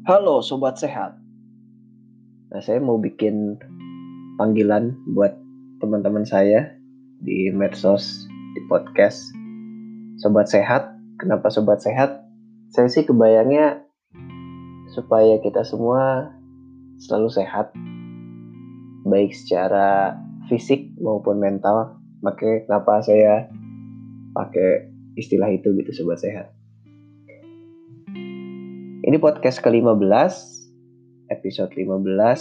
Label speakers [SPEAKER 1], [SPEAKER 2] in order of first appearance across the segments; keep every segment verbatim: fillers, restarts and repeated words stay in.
[SPEAKER 1] Halo Sobat Sehat. Nah, saya mau bikin panggilan buat teman-teman saya di medsos, di podcast Sobat Sehat. Kenapa Sobat Sehat? Saya sih kebayangnya supaya kita semua selalu sehat, baik secara fisik maupun mental. Makanya kenapa saya pakai istilah itu gitu, Sobat Sehat. Ini podcast ke lima belas, episode lima belas.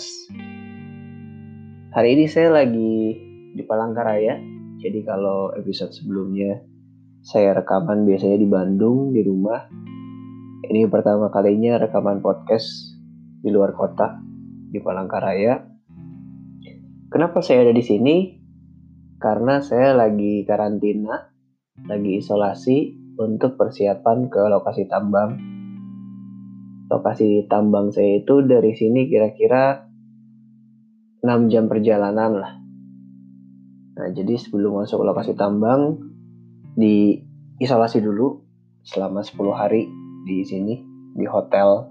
[SPEAKER 1] Hari ini saya lagi di Palangkaraya. Jadi kalau episode sebelumnya saya rekaman biasanya di Bandung, di rumah. Ini pertama kalinya rekaman podcast di luar kota, di Palangkaraya. Kenapa saya ada di sini? Karena saya lagi karantina, lagi isolasi untuk persiapan ke lokasi tambang. Lokasi tambang saya itu dari sini kira-kira enam jam perjalanan lah. Nah, jadi sebelum masuk lokasi tambang, di isolasi dulu selama sepuluh hari di sini, di hotel.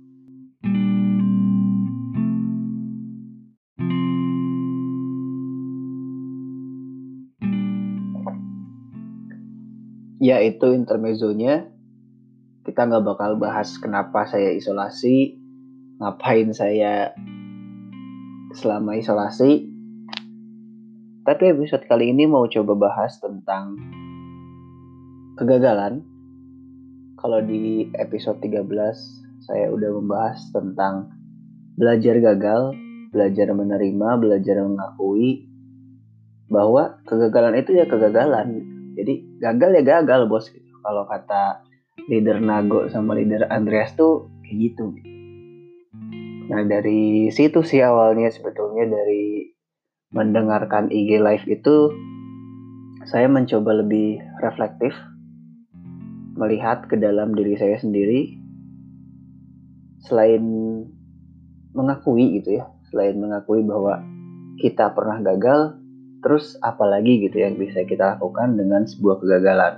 [SPEAKER 1] Ya, itu intermezzonya. Kita nggak bakal bahas kenapa saya isolasi, ngapain saya selama isolasi. Tapi episode kali ini mau coba bahas tentang kegagalan. Kalau di episode tiga belas saya udah membahas tentang belajar gagal, belajar menerima, belajar mengakui bahwa kegagalan itu ya kegagalan. Jadi gagal ya gagal bos gitu. Kalau kata leader Nago sama leader Andreas tuh kayak gitu. Nah dari situ sih awalnya sebetulnya dari mendengarkan I G Live itu saya mencoba lebih reflektif, melihat ke dalam diri saya sendiri. Selain mengakui gitu ya, selain mengakui bahwa kita pernah gagal, terus apa lagi gitu yang bisa kita lakukan dengan sebuah kegagalan.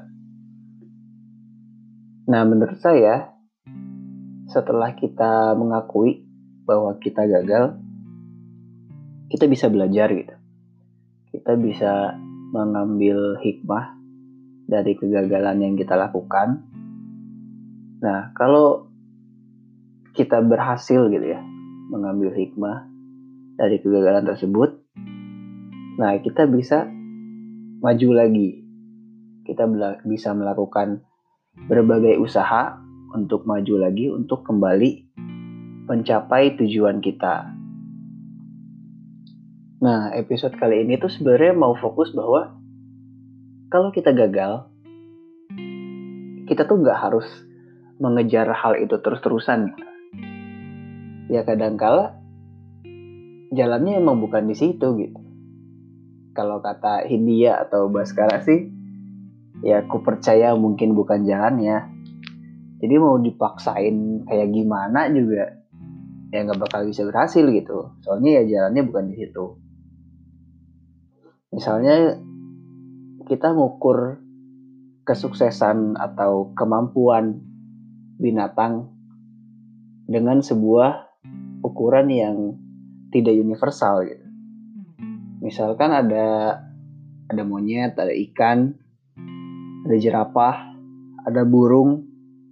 [SPEAKER 1] Nah menurut saya, setelah kita mengakui bahwa kita gagal, kita bisa belajar gitu. Kita bisa mengambil hikmah dari kegagalan yang kita lakukan. Nah, kalau kita berhasil gitu ya, mengambil hikmah dari kegagalan tersebut, nah kita bisa maju lagi. Kita bisa melakukan berbagai usaha untuk maju lagi, untuk kembali mencapai tujuan kita. Nah, episode kali ini tuh sebenarnya mau fokus bahwa kalau kita gagal, kita tuh nggak harus mengejar hal itu terus-terusan. Ya kadangkala jalannya emang bukan di situ gitu. Kalau kata Hindia atau Baskara sih, ya aku percaya mungkin bukan jalannya. Jadi mau dipaksain kayak gimana juga ya nggak bakal bisa berhasil gitu. Soalnya ya jalannya bukan di situ. Misalnya kita ngukur kesuksesan atau kemampuan binatang dengan sebuah ukuran yang tidak universal gitu. Misalkan ada ada monyet, ada ikan, ada jerapah, ada burung.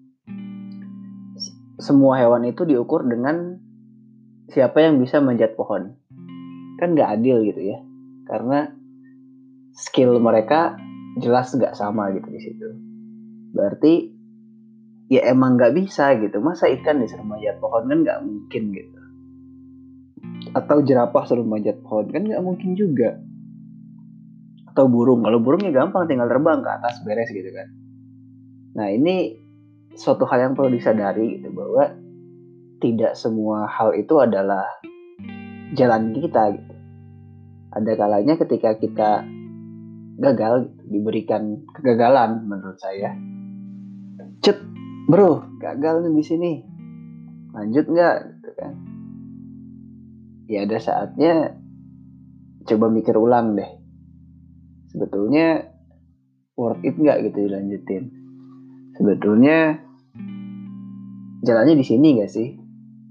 [SPEAKER 1] Semua hewan itu diukur dengan siapa yang bisa manjat pohon. Kan nggak adil gitu ya. Karena skill mereka jelas nggak sama gitu di situ. Berarti ya emang nggak bisa gitu. Masa ikan disuruh manjat pohon kan nggak mungkin gitu. Atau jerapah suruh manjat pohon kan nggak mungkin juga. Atau burung, kalau burungnya gampang tinggal terbang ke atas beres gitu kan. Nah ini suatu hal yang perlu disadari gitu, bahwa tidak semua hal itu adalah jalan kita gitu. Ada kalanya ketika kita gagal gitu, diberikan kegagalan menurut saya. Cet, bro, gagal nih di sini. Lanjut nggak gitu kan? Ya ada saatnya coba mikir ulang deh. Sebetulnya worth it nggak gitu dilanjutin? Sebetulnya jalannya di sini nggak sih?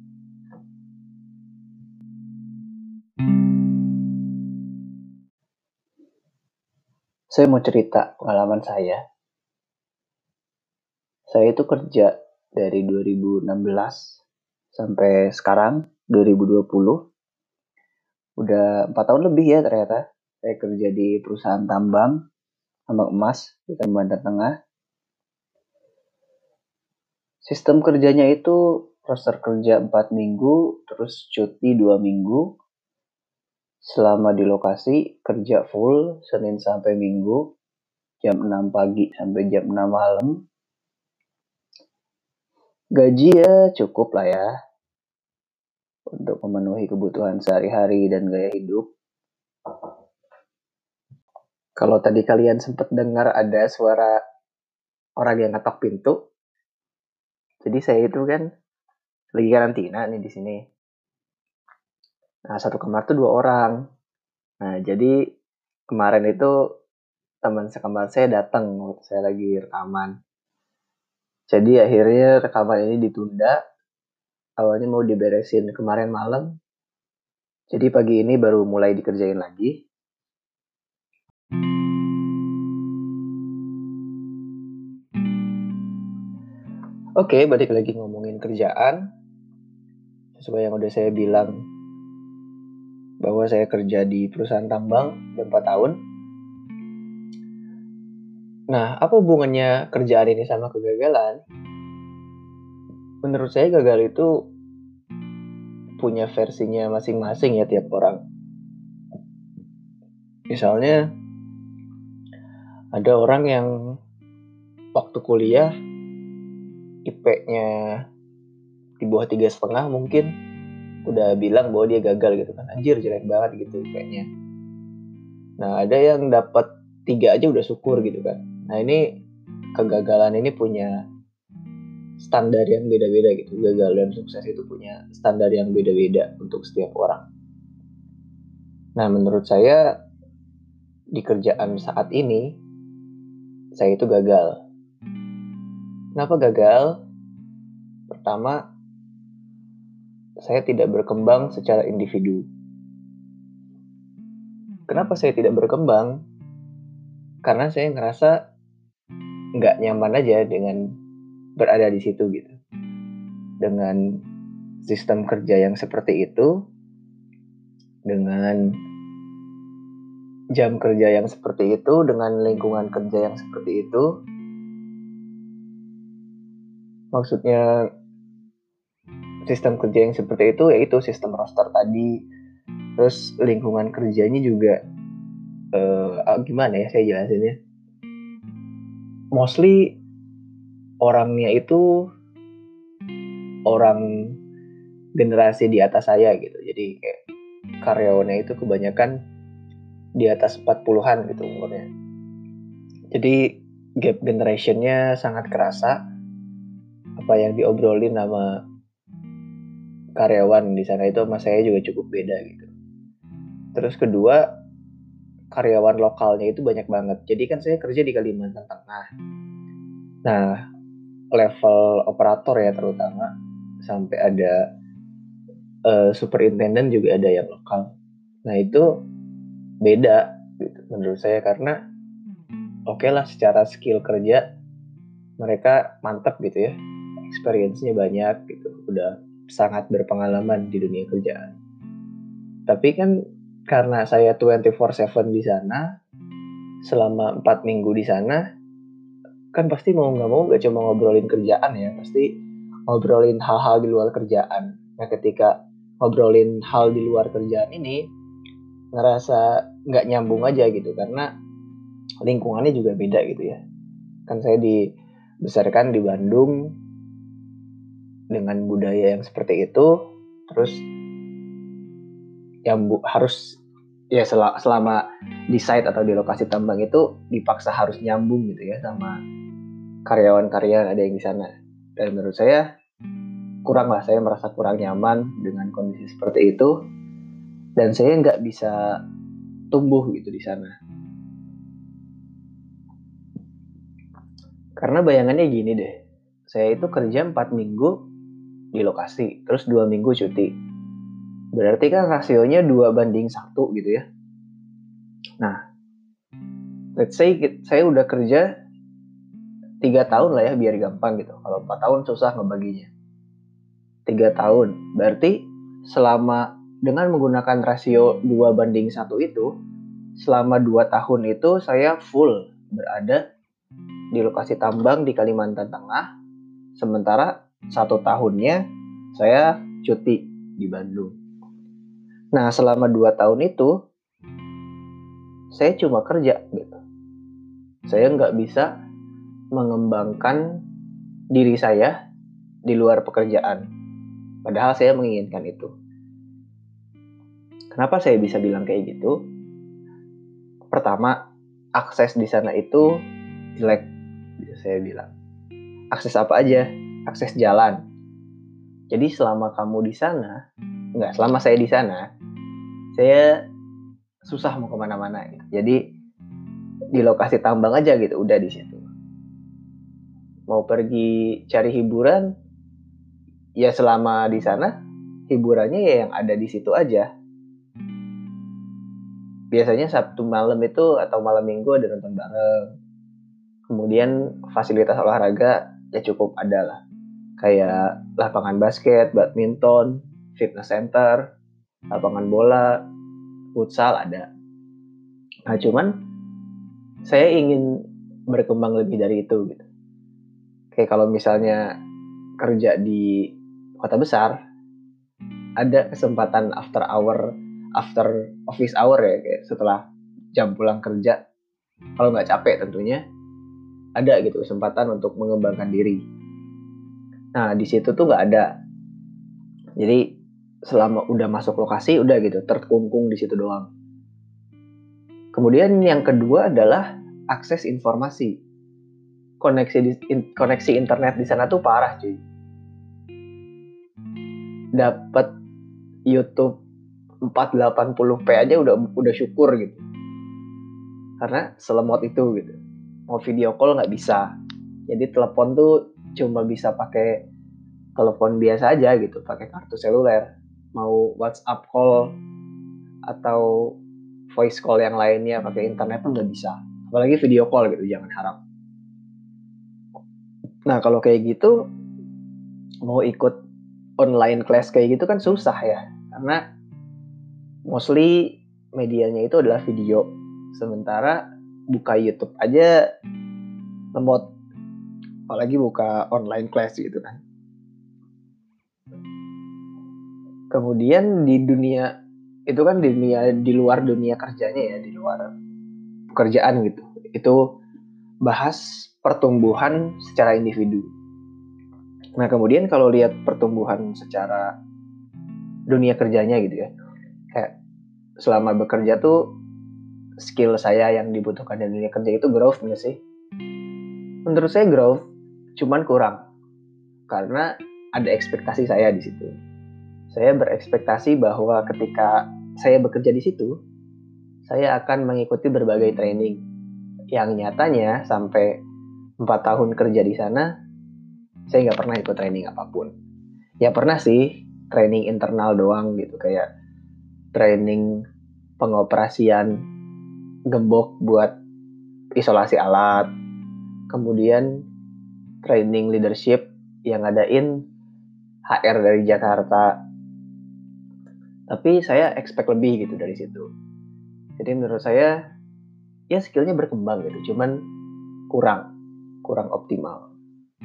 [SPEAKER 1] Saya mau cerita pengalaman saya. Saya itu kerja dari dua ribu enam belas sampai sekarang dua ribu dua puluh. Udah empat tahun lebih ya ternyata. Saya kerja di perusahaan tambang, tambang emas di Kalimantan Tengah. Sistem kerjanya itu roster kerja empat minggu, terus cuti dua minggu. Selama di lokasi, kerja full Senin sampai Minggu, jam enam pagi sampai jam enam malam. Gaji ya cukup lah ya untuk memenuhi kebutuhan sehari-hari dan gaya hidup. Kalau tadi kalian sempat dengar ada suara orang yang ngetok pintu, jadi saya itu kan lagi karantina nih di sini. Nah, satu kamar tuh dua orang. Nah, jadi kemarin itu teman sekamar saya datang waktu saya lagi rekaman. Jadi akhirnya rekaman ini ditunda. Awalnya mau diberesin kemarin malam. Jadi pagi ini baru mulai dikerjain lagi. Oke, balik lagi ngomongin kerjaan. Sesuai yang udah saya bilang, bahwa saya kerja di perusahaan tambang udah empat tahun. Nah, apa hubungannya kerjaan ini sama kegagalan? Menurut saya gagal itu punya versinya masing-masing ya tiap orang. Misalnya, ada orang yang waktu kuliah I P-nya di bawah tiga setengah mungkin udah bilang bahwa dia gagal gitu kan, anjir jelek banget gitu I P-nya. Nah, ada yang dapat tiga aja udah syukur gitu kan. Nah, ini kegagalan ini punya standar yang beda-beda gitu. Gagal dan sukses itu punya standar yang beda-beda untuk setiap orang. Nah, menurut saya di kerjaan saat ini saya itu gagal. Kenapa gagal? Pertama, saya tidak berkembang secara individu. Kenapa saya tidak berkembang? Karena saya ngerasa nggak nyaman aja dengan berada di situ gitu. Dengan sistem kerja yang seperti itu, dengan jam kerja yang seperti itu, dengan lingkungan kerja yang seperti itu. Maksudnya sistem kerja yang seperti itu yaitu sistem roster tadi. Terus lingkungan kerjanya juga uh, gimana ya saya jelasinnya. Mostly orangnya itu orang generasi di atas saya gitu. Jadi kayak karyawannya itu kebanyakan di atas empat puluhan gitu umurnya. Jadi gap generationnya sangat kerasa. Apa yang diobrolin sama karyawan di sana itu sama saya juga cukup beda gitu. Terus kedua, karyawan lokalnya itu banyak banget. Jadi kan saya kerja di Kalimantan Tengah. Nah, level operator ya terutama sampai ada uh, superintendent juga ada yang lokal. Nah, itu beda gitu menurut saya karena oke okay lah secara skill kerja mereka mantap gitu ya. Experience-nya banyak gitu. Udah sangat berpengalaman di dunia kerjaan. Tapi kan karena saya dua puluh empat tujuh di sana, selama empat minggu di sana, kan pasti mau nggak mau nggak cuma ngobrolin kerjaan ya, pasti ngobrolin hal-hal di luar kerjaan. Nah, ketika ngobrolin hal di luar kerjaan ini, ngerasa nggak nyambung aja gitu, karena lingkungannya juga beda gitu ya. Kan saya dibesarkan di Bandung, dengan budaya yang seperti itu, terus yang bu- harus ya sel- selama di site atau di lokasi tambang itu dipaksa harus nyambung gitu ya sama karyawan-karyawan ada yang di sana. Dan menurut saya kurang lah, saya merasa kurang nyaman dengan kondisi seperti itu dan saya nggak bisa tumbuh gitu di sana. Karena bayangannya gini deh, saya itu kerja empat minggu di lokasi, terus dua minggu cuti. Berarti kan rasionya dua banding satu gitu ya. Nah, let's say saya udah kerja tiga tahun lah ya, biar gampang gitu. Kalau empat tahun susah ngebaginya. tiga tahun. Berarti selama dengan menggunakan rasio dua banding satu itu, selama dua tahun itu saya full berada di lokasi tambang di Kalimantan Tengah. Sementara satu tahunnya saya cuti di Bandung. Nah, selama dua tahun itu saya cuma kerja gitu. Saya nggak bisa mengembangkan diri saya di luar pekerjaan. Padahal saya menginginkan itu. Kenapa saya bisa bilang kayak gitu? Pertama, akses di sana itu jelek, bisa saya bilang. Akses apa aja? Akses jalan. Jadi selama kamu di sana, enggak, selama saya di sana, saya susah mau kemana-mana gitu. Jadi di lokasi tambang aja gitu, udah di situ. Mau pergi cari hiburan, ya selama di sana hiburannya ya yang ada di situ aja. Biasanya Sabtu malam itu atau malam Minggu ada nonton bareng. Kemudian fasilitas olahraga ya cukup ada lah. Kayak lapangan basket, badminton, fitness center, lapangan bola, futsal ada. Nah cuman saya ingin berkembang lebih dari itu gitu. Kayak kalau misalnya kerja di kota besar, ada kesempatan after hour, after office hour ya, kayak setelah jam pulang kerja, kalau nggak capek tentunya, ada gitu kesempatan untuk mengembangkan diri. Nah di situ tuh nggak ada. Jadi selama udah masuk lokasi udah gitu terkungkung di situ doang. Kemudian yang kedua adalah akses informasi. Koneksi di, in, koneksi internet di sana tuh parah cuy. Dapat YouTube empat delapan puluh p aja udah udah syukur gitu. Karena selemot itu gitu. Mau video call nggak bisa. Jadi telepon tuh cuma bisa pakai telepon biasa aja gitu, pakai kartu seluler. Mau WhatsApp call atau voice call yang lainnya pakai internet tuh nggak bisa. Apalagi video call gitu, jangan harap. Nah kalau kayak gitu, mau ikut online class kayak gitu kan susah ya. Karena mostly medianya itu adalah video. Sementara buka YouTube aja lemot. Apalagi buka online class gitu kan. Kemudian di dunia, itu kan di dunia, di luar dunia kerjanya ya, di luar pekerjaan gitu. Itu bahas pertumbuhan secara individu. Nah kemudian kalau lihat pertumbuhan secara dunia kerjanya gitu ya, kayak selama bekerja tuh skill saya yang dibutuhkan di dunia kerja itu growth nggak sih? Menurut saya growth, cuman kurang karena ada ekspektasi saya di situ. Saya berekspektasi bahwa ketika saya bekerja di situ, saya akan mengikuti berbagai training. Yang nyatanya sampai empat tahun kerja di sana, saya nggak pernah ikut training apapun. Ya pernah sih, training internal doang gitu, kayak training pengoperasian gembok buat isolasi alat, kemudian training leadership yang ngadain H R dari Jakarta. Tapi saya expect lebih gitu dari situ. Jadi menurut saya ya skillnya berkembang gitu, cuman kurang, kurang optimal.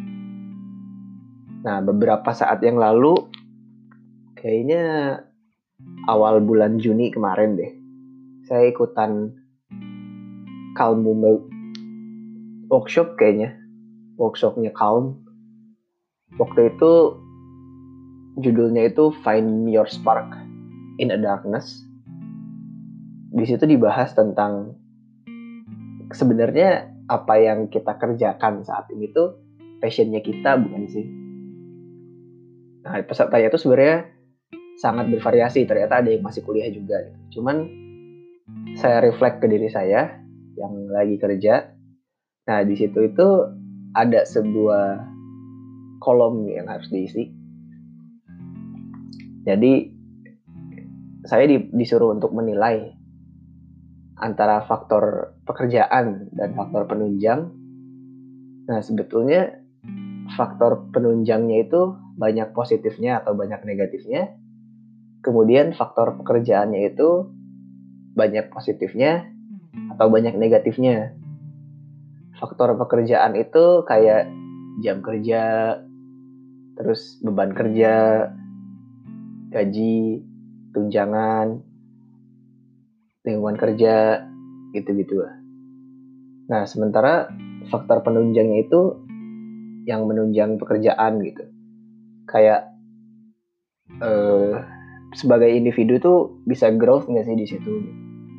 [SPEAKER 1] Nah beberapa saat yang lalu, kayaknya awal bulan Juni kemarin deh, saya ikutan Calm workshop kayaknya, workshopnya Calm. Waktu itu judulnya itu Find Your Spark in a Darkness. Di situ dibahas tentang sebenarnya apa yang kita kerjakan saat ini tuh passionnya kita bukan sih? Nah pesertanya itu sebenarnya sangat bervariasi. Ternyata ada yang masih kuliah juga. Gitu. Cuman saya reflect ke diri saya yang lagi kerja. Nah di situ itu ada sebuah kolom yang harus diisi. Jadi saya disuruh untuk menilai antara faktor pekerjaan dan faktor penunjang. Nah, sebetulnya faktor penunjangnya itu banyak positifnya atau banyak negatifnya. Kemudian faktor pekerjaannya itu banyak positifnya atau banyak negatifnya. Faktor pekerjaan itu kayak jam kerja, terus beban kerja, gaji, tunjangan, lingkungan kerja, gitu-gitu lah. Nah, sementara faktor penunjangnya itu yang menunjang pekerjaan gitu. Kayak eh, sebagai individu tuh bisa growth nggak sih di situ? Gitu.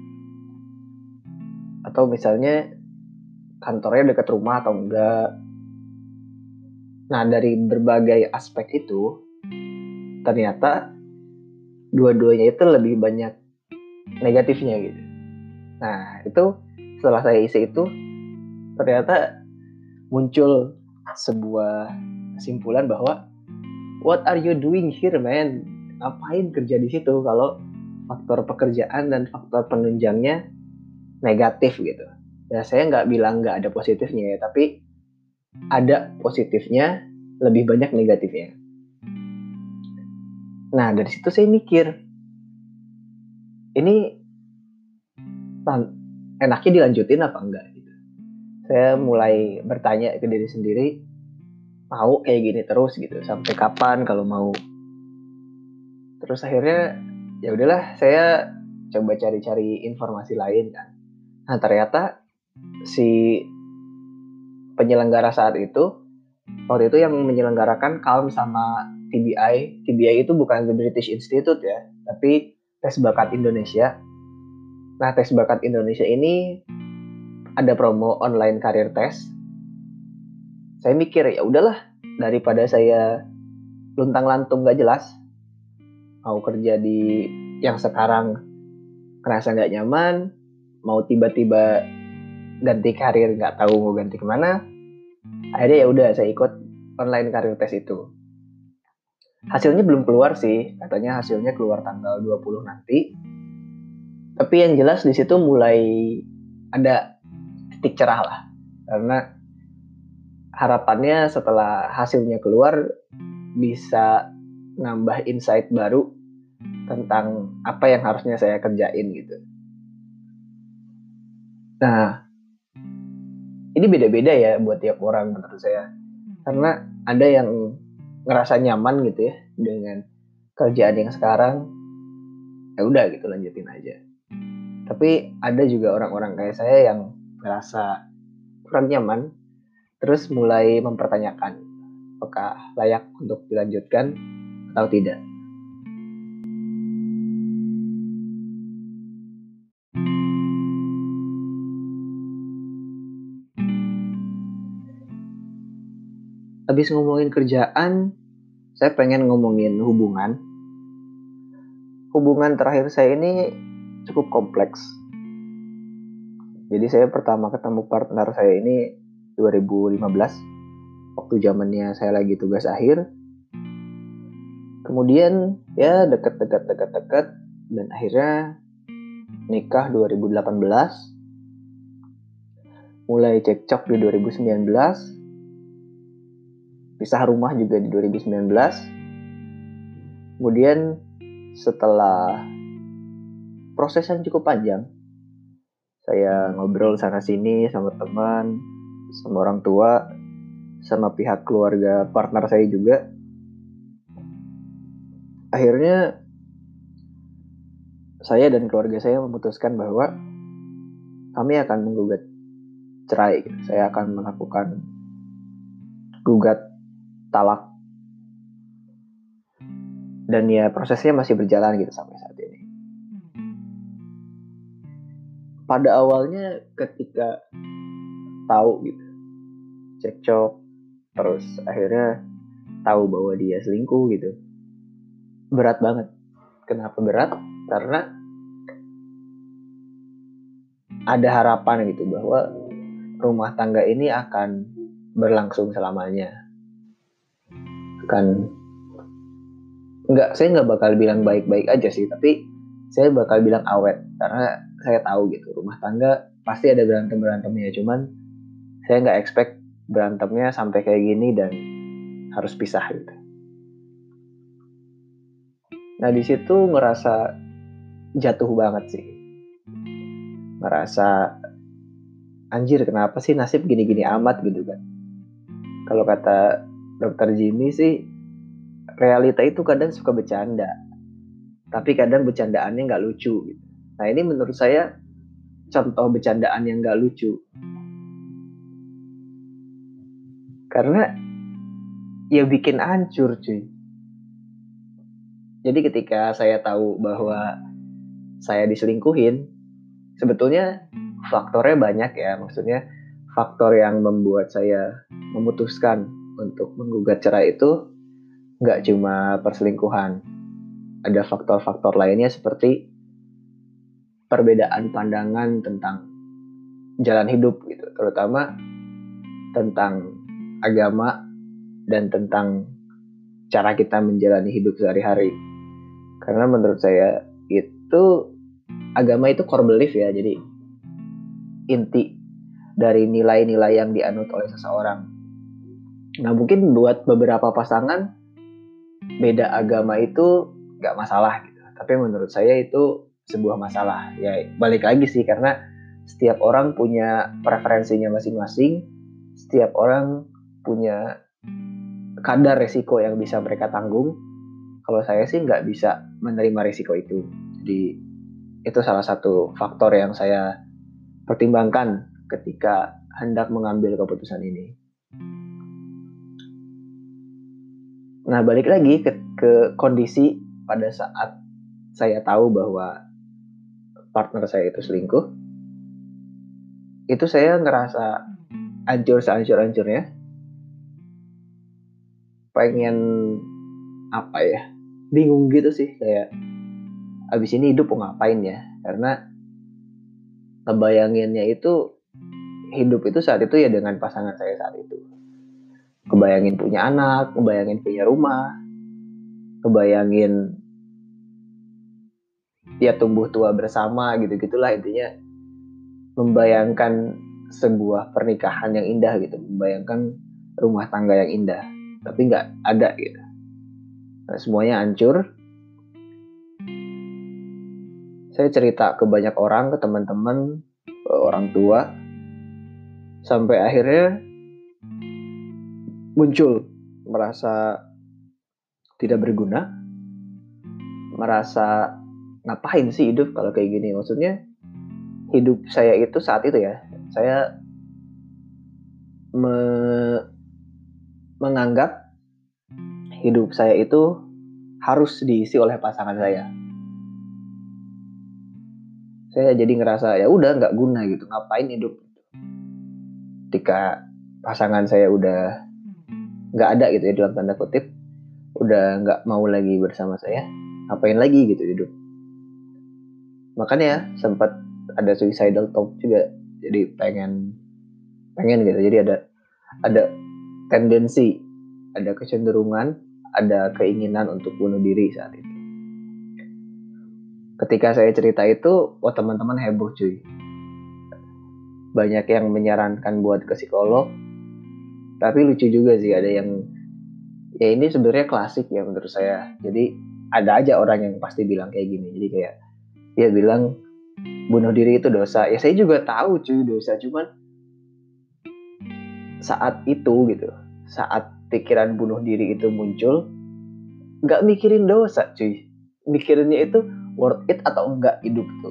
[SPEAKER 1] Atau misalnya kantornya dekat rumah atau enggak. Nah, dari berbagai aspek itu, ternyata dua-duanya itu lebih banyak negatifnya gitu. Nah, itu setelah saya isi itu, ternyata muncul sebuah kesimpulan bahwa what are you doing here, man? Ngapain kerja di situ kalau faktor pekerjaan dan faktor penunjangnya negatif gitu. Ya, saya nggak bilang nggak ada positifnya ya, tapi ada positifnya, lebih banyak negatifnya. Nah, dari situ saya mikir, ini enaknya dilanjutin apa enggak gitu. Saya mulai bertanya ke diri sendiri, mau kayak gini terus gitu sampai kapan kalau mau. Terus akhirnya ya udahlah, saya coba cari-cari informasi lain kan. Nah, ternyata si penyelenggara saat itu waktu itu yang menyelenggarakan Calm sama T B I. T B I itu bukan The British Institute ya, tapi Tes Bakat Indonesia. Nah, Tes Bakat Indonesia ini ada promo online career test. Saya mikir ya udahlah, daripada saya luntang-lantung gak jelas mau kerja di yang sekarang kerasa nggak nyaman, mau tiba-tiba ganti karir nggak tahu mau ganti kemana, akhirnya ya udah saya ikut online career test itu. Hasilnya belum keluar sih, katanya hasilnya keluar tanggal dua puluh nanti. Tapi yang jelas di situ mulai ada titik cerah lah, karena harapannya setelah hasilnya keluar bisa nambah insight baru tentang apa yang harusnya saya kerjain gitu. Nah, ini beda-beda ya buat tiap orang menurut saya. Karena ada yang ngerasa nyaman gitu ya dengan kerjaan yang sekarang, ya udah gitu lanjutin aja. Tapi ada juga orang-orang kayak saya yang ngerasa kurang nyaman, terus mulai mempertanyakan apakah layak untuk dilanjutkan atau tidak. Habis ngomongin kerjaan, saya pengen ngomongin hubungan. Hubungan terakhir saya ini cukup kompleks. Jadi saya pertama ketemu partner saya ini dua ribu lima belas, waktu zamannya saya lagi tugas akhir. Kemudian ya deket-deket-deket-deket dan akhirnya nikah dua ribu delapan belas. Mulai cekcok di dua ribu sembilan belas. Pisah rumah juga di dua ribu sembilan belas. Kemudian setelah proses yang cukup panjang, saya ngobrol sana sini sama teman, sama orang tua, sama pihak keluarga partner saya juga. Akhirnya saya dan keluarga saya memutuskan bahwa kami akan menggugat cerai. Saya akan melakukan gugat talak. Dan ya prosesnya masih berjalan gitu sampai saat ini. Pada awalnya ketika tahu gitu, cekcok, terus akhirnya tahu bahwa dia selingkuh gitu, berat banget. Kenapa berat? Karena ada harapan gitu bahwa rumah tangga ini akan berlangsung selamanya. Kan nggak, saya nggak bakal bilang baik-baik aja sih, tapi saya bakal bilang awet, karena saya tahu gitu, rumah tangga pasti ada berantem-berantemnya, cuman saya nggak expect berantemnya sampai kayak gini dan harus pisah gitu. Nah di situ ngerasa jatuh banget sih, ngerasa anjir kenapa sih nasib gini-gini amat gitu kan. Kalau kata dokter Jimmy sih, realita itu kadang suka bercanda, tapi kadang bercandaannya nggak lucu gitu. Nah ini menurut saya contoh bercandaan yang nggak lucu, karena ya bikin hancur cuy. Jadi ketika saya tahu bahwa saya diselingkuhin, sebetulnya faktornya banyak ya, maksudnya faktor yang membuat saya memutuskan untuk menggugat cerai itu nggak cuma perselingkuhan, ada faktor-faktor lainnya seperti perbedaan pandangan tentang jalan hidup gitu, terutama tentang agama dan tentang cara kita menjalani hidup sehari-hari. Karena menurut saya itu agama itu core belief ya, jadi inti dari nilai-nilai yang dianut oleh seseorang. Nah mungkin buat beberapa pasangan beda agama itu nggak masalah gitu, tapi menurut saya itu sebuah masalah. Ya balik lagi sih, karena setiap orang punya preferensinya masing-masing, setiap orang punya kadar resiko yang bisa mereka tanggung. Kalau saya sih nggak bisa menerima resiko itu, jadi itu salah satu faktor yang saya pertimbangkan ketika hendak mengambil keputusan ini. Nah balik lagi ke, ke kondisi pada saat saya tahu bahwa partner saya itu selingkuh, itu saya ngerasa hancur sehancur-hancurnya, pengen apa ya, bingung gitu sih, kayak abis ini hidup mau ngapain ya, karena ngebayanginnya itu hidup itu saat itu ya dengan pasangan saya saat itu, kebayangin punya anak, kebayangin punya rumah, kebayangin ya tumbuh tua bersama gitu-gitulah, intinya membayangkan sebuah pernikahan yang indah gitu, membayangkan rumah tangga yang indah, tapi nggak ada gitu. Nah, semuanya hancur. Saya cerita ke banyak orang, ke teman-teman, ke orang tua, sampai akhirnya muncul merasa tidak berguna, merasa ngapain sih hidup kalau kayak gini. Maksudnya hidup saya itu saat itu ya, saya me- menganggap hidup saya itu harus diisi oleh pasangan saya. Saya jadi ngerasa ya udah nggak guna gitu, ngapain hidup ketika pasangan saya udah nggak ada gitu ya, dalam tanda kutip, udah nggak mau lagi bersama saya, ngapain lagi gitu hidup. Makanya sempat ada suicidal thought juga, jadi pengen pengen gitu, jadi ada ada tendensi, ada kecenderungan, ada keinginan untuk bunuh diri saat itu. Ketika saya cerita itu, wah teman-teman heboh cuy. Banyak yang menyarankan buat ke psikolog, tapi lucu juga sih, ada yang, ya ini sebenarnya klasik ya menurut saya. Jadi ada aja orang yang pasti bilang kayak gini. Jadi kayak dia bilang bunuh diri itu dosa. Ya saya juga tahu cuy dosa, cuman saat itu gitu, saat pikiran bunuh diri itu muncul, nggak mikirin dosa cuy, mikirinnya itu worth it atau enggak hidup tuh.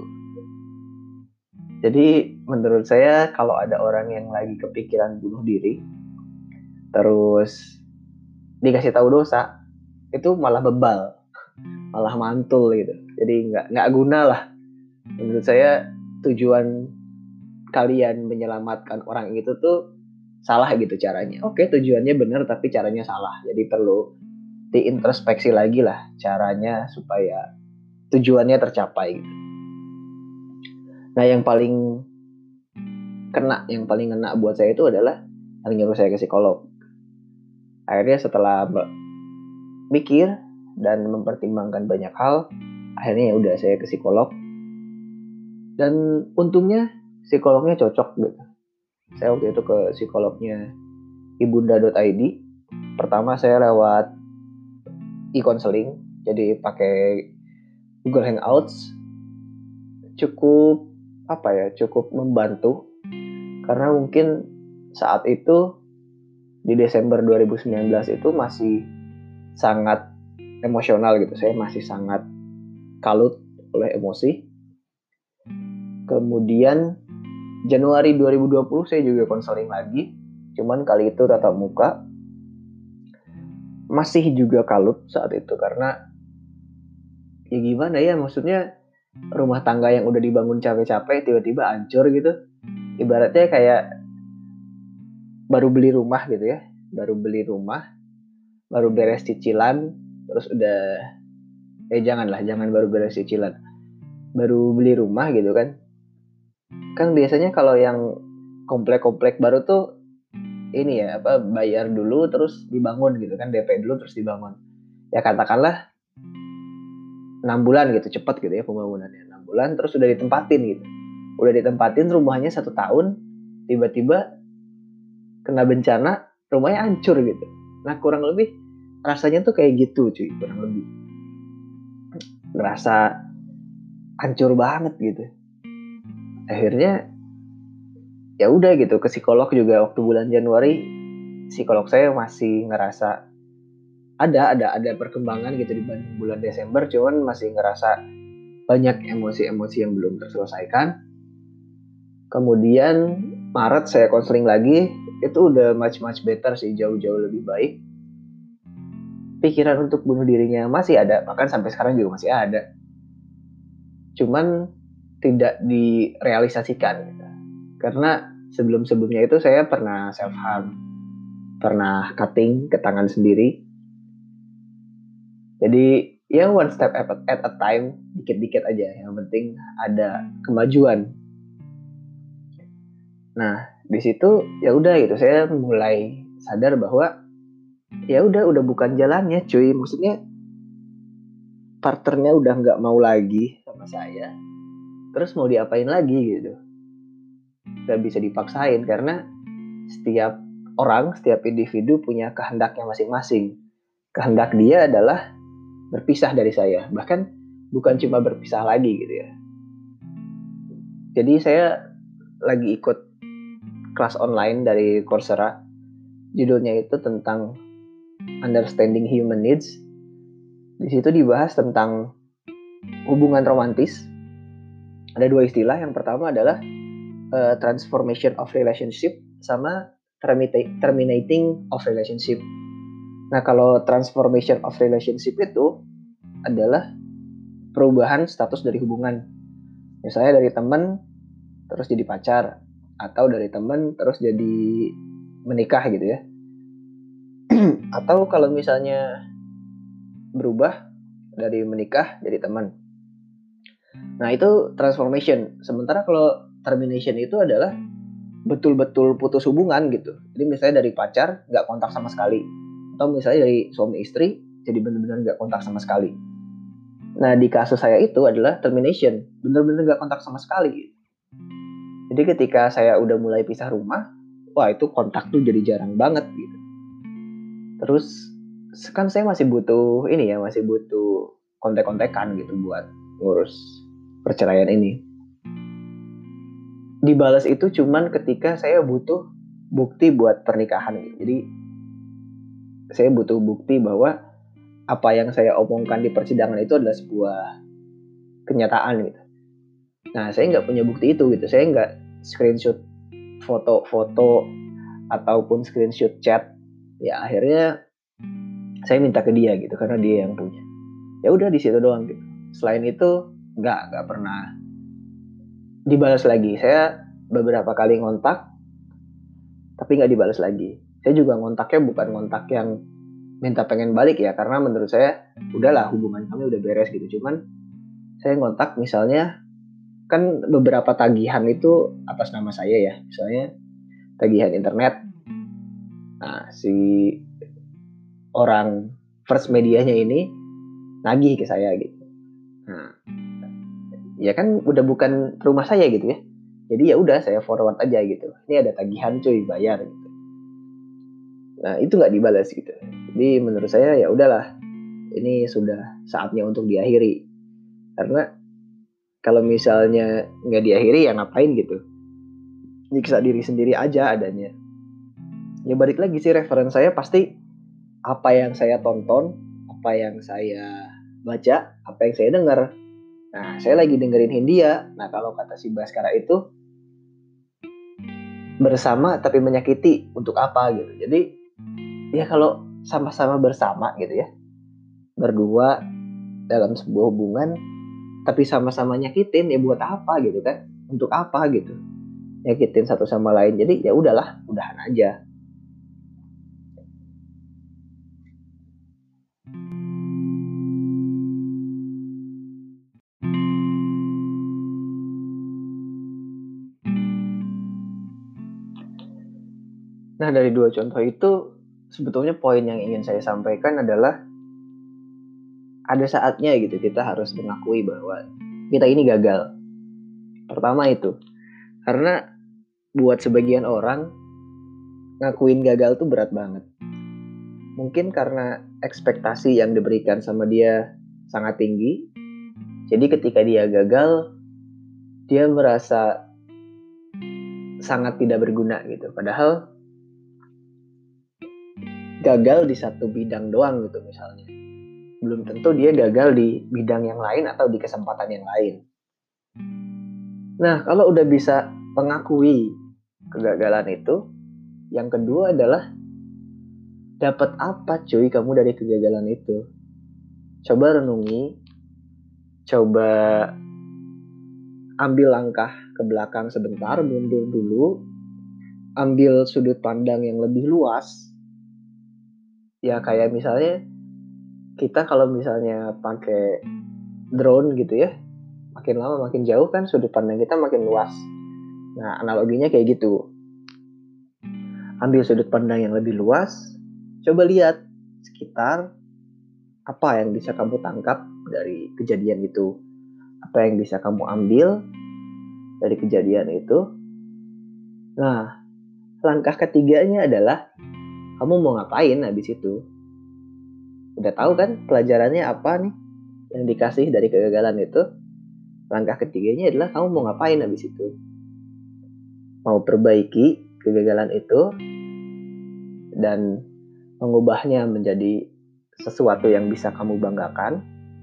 [SPEAKER 1] Jadi menurut saya kalau ada orang yang lagi kepikiran bunuh diri terus dikasih tahu dosa, itu malah bebal, malah mantul gitu. Jadi nggak nggak guna lah menurut saya. Tujuan kalian menyelamatkan orang itu tuh salah gitu caranya. Oke tujuannya benar tapi caranya salah, jadi perlu diintrospeksi lagi lah caranya supaya tujuannya tercapai gitu. Nah yang paling kena, yang paling kena buat saya itu adalah yang nyuruh saya ke psikolog. Akhirnya setelah mikir dan mempertimbangkan banyak hal, akhirnya ya udah saya ke psikolog. Dan untungnya psikolognya cocok gitu. Saya waktu itu ke psikolognya ibunda dot i d. Pertama saya lewat e-counseling, jadi pakai Google Hangouts. Cukup apa ya, cukup membantu karena mungkin saat itu di Desember dua ribu sembilan belas itu masih sangat emosional gitu. Saya masih sangat kalut oleh emosi. Kemudian Januari dua ribu dua puluh saya juga konseling lagi, cuman kali itu tatap muka. Masih juga kalut saat itu karena ya gimana ya, maksudnya rumah tangga yang udah dibangun capek-capek tiba-tiba hancur gitu. Ibaratnya kayak baru beli rumah gitu ya, baru beli rumah, baru beres cicilan, terus udah, eh janganlah, jangan baru beres cicilan, baru beli rumah gitu kan. Kan biasanya kalau yang komplek-komplek baru tuh ini ya, apa, bayar dulu terus dibangun gitu kan, D P dulu terus dibangun. Ya katakanlah enam bulan gitu, cepet gitu ya pembangunannya, enam bulan terus udah ditempatin gitu. Udah ditempatin rumahnya satu tahun, tiba-tiba kena bencana, rumahnya hancur gitu. Nah kurang lebih rasanya tuh kayak gitu cuy, kurang lebih. Ngerasa hancur banget gitu. Akhirnya ya udah gitu, ke psikolog juga waktu bulan Januari. Psikolog saya masih ngerasa ada ada ada perkembangan gitu dibanding bulan Desember, cuman masih ngerasa banyak emosi-emosi yang belum terselesaikan. Kemudian Maret saya konseling lagi, itu udah much much better sih, jauh-jauh lebih baik. Pikiran untuk bunuh dirinya masih ada, bahkan sampai sekarang juga masih ada. Cuman tidak direalisasikan gitu. Karena sebelum-sebelumnya itu saya pernah self harm, pernah cutting ke tangan sendiri. Jadi ya one step at a time, dikit-dikit aja, yang penting ada kemajuan. Nah di situ ya udah gitu, saya mulai sadar bahwa ya udah udah bukan jalannya cuy, maksudnya partnernya udah nggak mau lagi sama saya, terus mau diapain lagi gitu, nggak bisa dipaksain karena setiap orang, setiap individu punya kehendaknya masing-masing. Kehendak dia adalah berpisah dari saya, bahkan bukan cuma berpisah lagi gitu ya. Jadi saya lagi ikut kelas online dari Coursera, judulnya itu tentang Understanding Human Needs. Di situ dibahas tentang hubungan romantis. Ada dua istilah, yang pertama adalah uh, transformation of relationship sama terminating of relationship. Nah kalau transformation of relationship itu adalah perubahan status dari hubungan. Misalnya dari teman terus jadi pacar, atau dari teman terus jadi menikah gitu ya. Atau kalau misalnya berubah dari menikah jadi teman. Nah itu transformation. Sementara kalau termination itu adalah betul-betul putus hubungan gitu. Jadi misalnya dari pacar nggak kontak sama sekali, atau misalnya dari suami istri jadi benar-benar nggak kontak sama sekali. Nah di kasus saya itu adalah termination, benar-benar nggak kontak sama sekali. Jadi ketika saya udah mulai pisah rumah, wah itu kontak tuh jadi jarang banget gitu. Terus kan saya masih butuh ini ya, masih butuh kontek-kontekan gitu buat ngurus perceraian ini. Dibalas itu cuman ketika saya butuh bukti buat pernikahan gitu. Jadi saya butuh bukti bahwa apa yang saya omongkan di persidangan itu adalah sebuah kenyataan gitu. Nah saya nggak punya bukti itu gitu. Saya nggak screenshot foto-foto ataupun screenshot chat. Ya akhirnya saya minta ke dia gitu karena dia yang punya. Ya udah di situ doang gitu. Selain itu nggak nggak pernah dibalas lagi. Saya beberapa kali ngontak tapi nggak dibalas lagi. Saya juga ngontaknya bukan ngontak yang minta pengen balik ya, karena menurut saya udahlah hubungan kami udah beres gitu. Cuman saya ngontak misalnya, kan beberapa tagihan itu atas nama saya ya, misalnya tagihan internet. Nah si orang first medianya ini nagih ke saya gitu. Nah ya kan udah bukan rumah saya gitu ya. Jadi ya udah saya forward aja gitu. Ini ada tagihan cuy, bayar gitu. Nah, itu nggak dibalas gitu. Jadi menurut saya ya udahlah, ini sudah saatnya untuk diakhiri. Karena kalau misalnya nggak diakhiri ya ngapain gitu. Nyiksa diri sendiri aja adanya. Ya balik lagi sih, referensi saya pasti apa yang saya tonton, apa yang saya baca, apa yang saya dengar. Nah, saya lagi dengerin Hindia. Nah, kalau kata si Baskara itu bersama tapi menyakiti untuk apa gitu. Jadi ya kalau sama-sama bersama gitu ya, berdua dalam sebuah hubungan tapi sama-sama nyakitin, ya buat apa gitu kan? Untuk apa gitu? Nyakitin satu sama lain. Jadi ya udahlah, udahan aja. Nah, dari dua contoh itu sebetulnya poin yang ingin saya sampaikan adalah ada saatnya gitu kita harus mengakui bahwa kita ini gagal. Pertama itu, karena buat sebagian orang ngakuin gagal tuh berat banget. Mungkin karena ekspektasi yang diberikan sama dia sangat tinggi. Jadi ketika dia gagal, dia merasa sangat tidak berguna gitu. Padahal gagal di satu bidang doang gitu misalnya. Belum tentu dia gagal di bidang yang lain atau di kesempatan yang lain. Nah, kalau udah bisa mengakui kegagalan itu, yang kedua adalah dapat apa cuy kamu dari kegagalan itu? Coba renungi, coba ambil langkah ke belakang sebentar, mundur dulu, ambil sudut pandang yang lebih luas. Ya kayak misalnya kita kalau misalnya pakai drone gitu ya, makin lama makin jauh kan sudut pandang kita makin luas. Nah, analoginya kayak gitu. Ambil sudut pandang yang lebih luas, coba lihat sekitar apa yang bisa kamu tangkap dari kejadian itu. Apa yang bisa kamu ambil dari kejadian itu. Nah, langkah ketiganya adalah kamu mau ngapain habis itu. Udah tahu kan pelajarannya apa nih yang dikasih dari kegagalan itu. Langkah ketiganya adalah kamu mau ngapain habis itu. Mau perbaiki kegagalan itu dan mengubahnya menjadi sesuatu yang bisa kamu banggakan,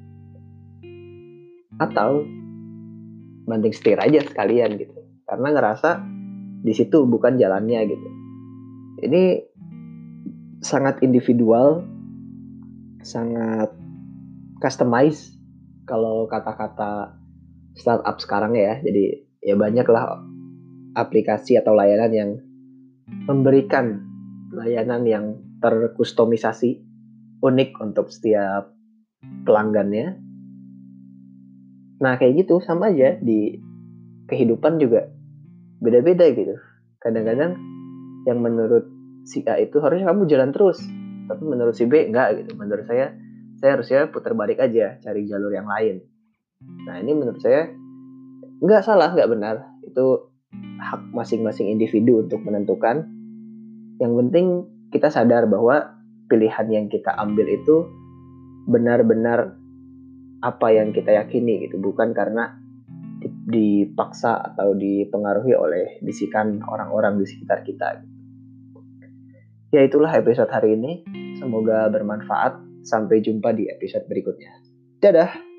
[SPEAKER 1] atau banting setir aja sekalian gitu, karena ngerasa di situ bukan jalannya gitu. Ini sangat individual, sangat customize kalau kata-kata startup sekarang ya. Jadi ya banyaklah aplikasi atau layanan yang memberikan layanan yang terkustomisasi, unik untuk setiap pelanggannya. Nah kayak gitu, sama aja di kehidupan juga beda-beda gitu. Kadang-kadang yang menurut si A itu harusnya kamu jalan terus, tapi menurut si B enggak gitu. Menurut saya, saya harusnya putar balik aja, cari jalur yang lain. Nah ini menurut saya enggak salah, enggak benar. Itu hak masing-masing individu untuk menentukan. Yang penting kita sadar bahwa pilihan yang kita ambil itu benar-benar apa yang kita yakini gitu, bukan karena dipaksa atau dipengaruhi oleh bisikan orang-orang di sekitar kita. Ya itulah episode hari ini. Semoga bermanfaat. Sampai jumpa di episode berikutnya. Dadah!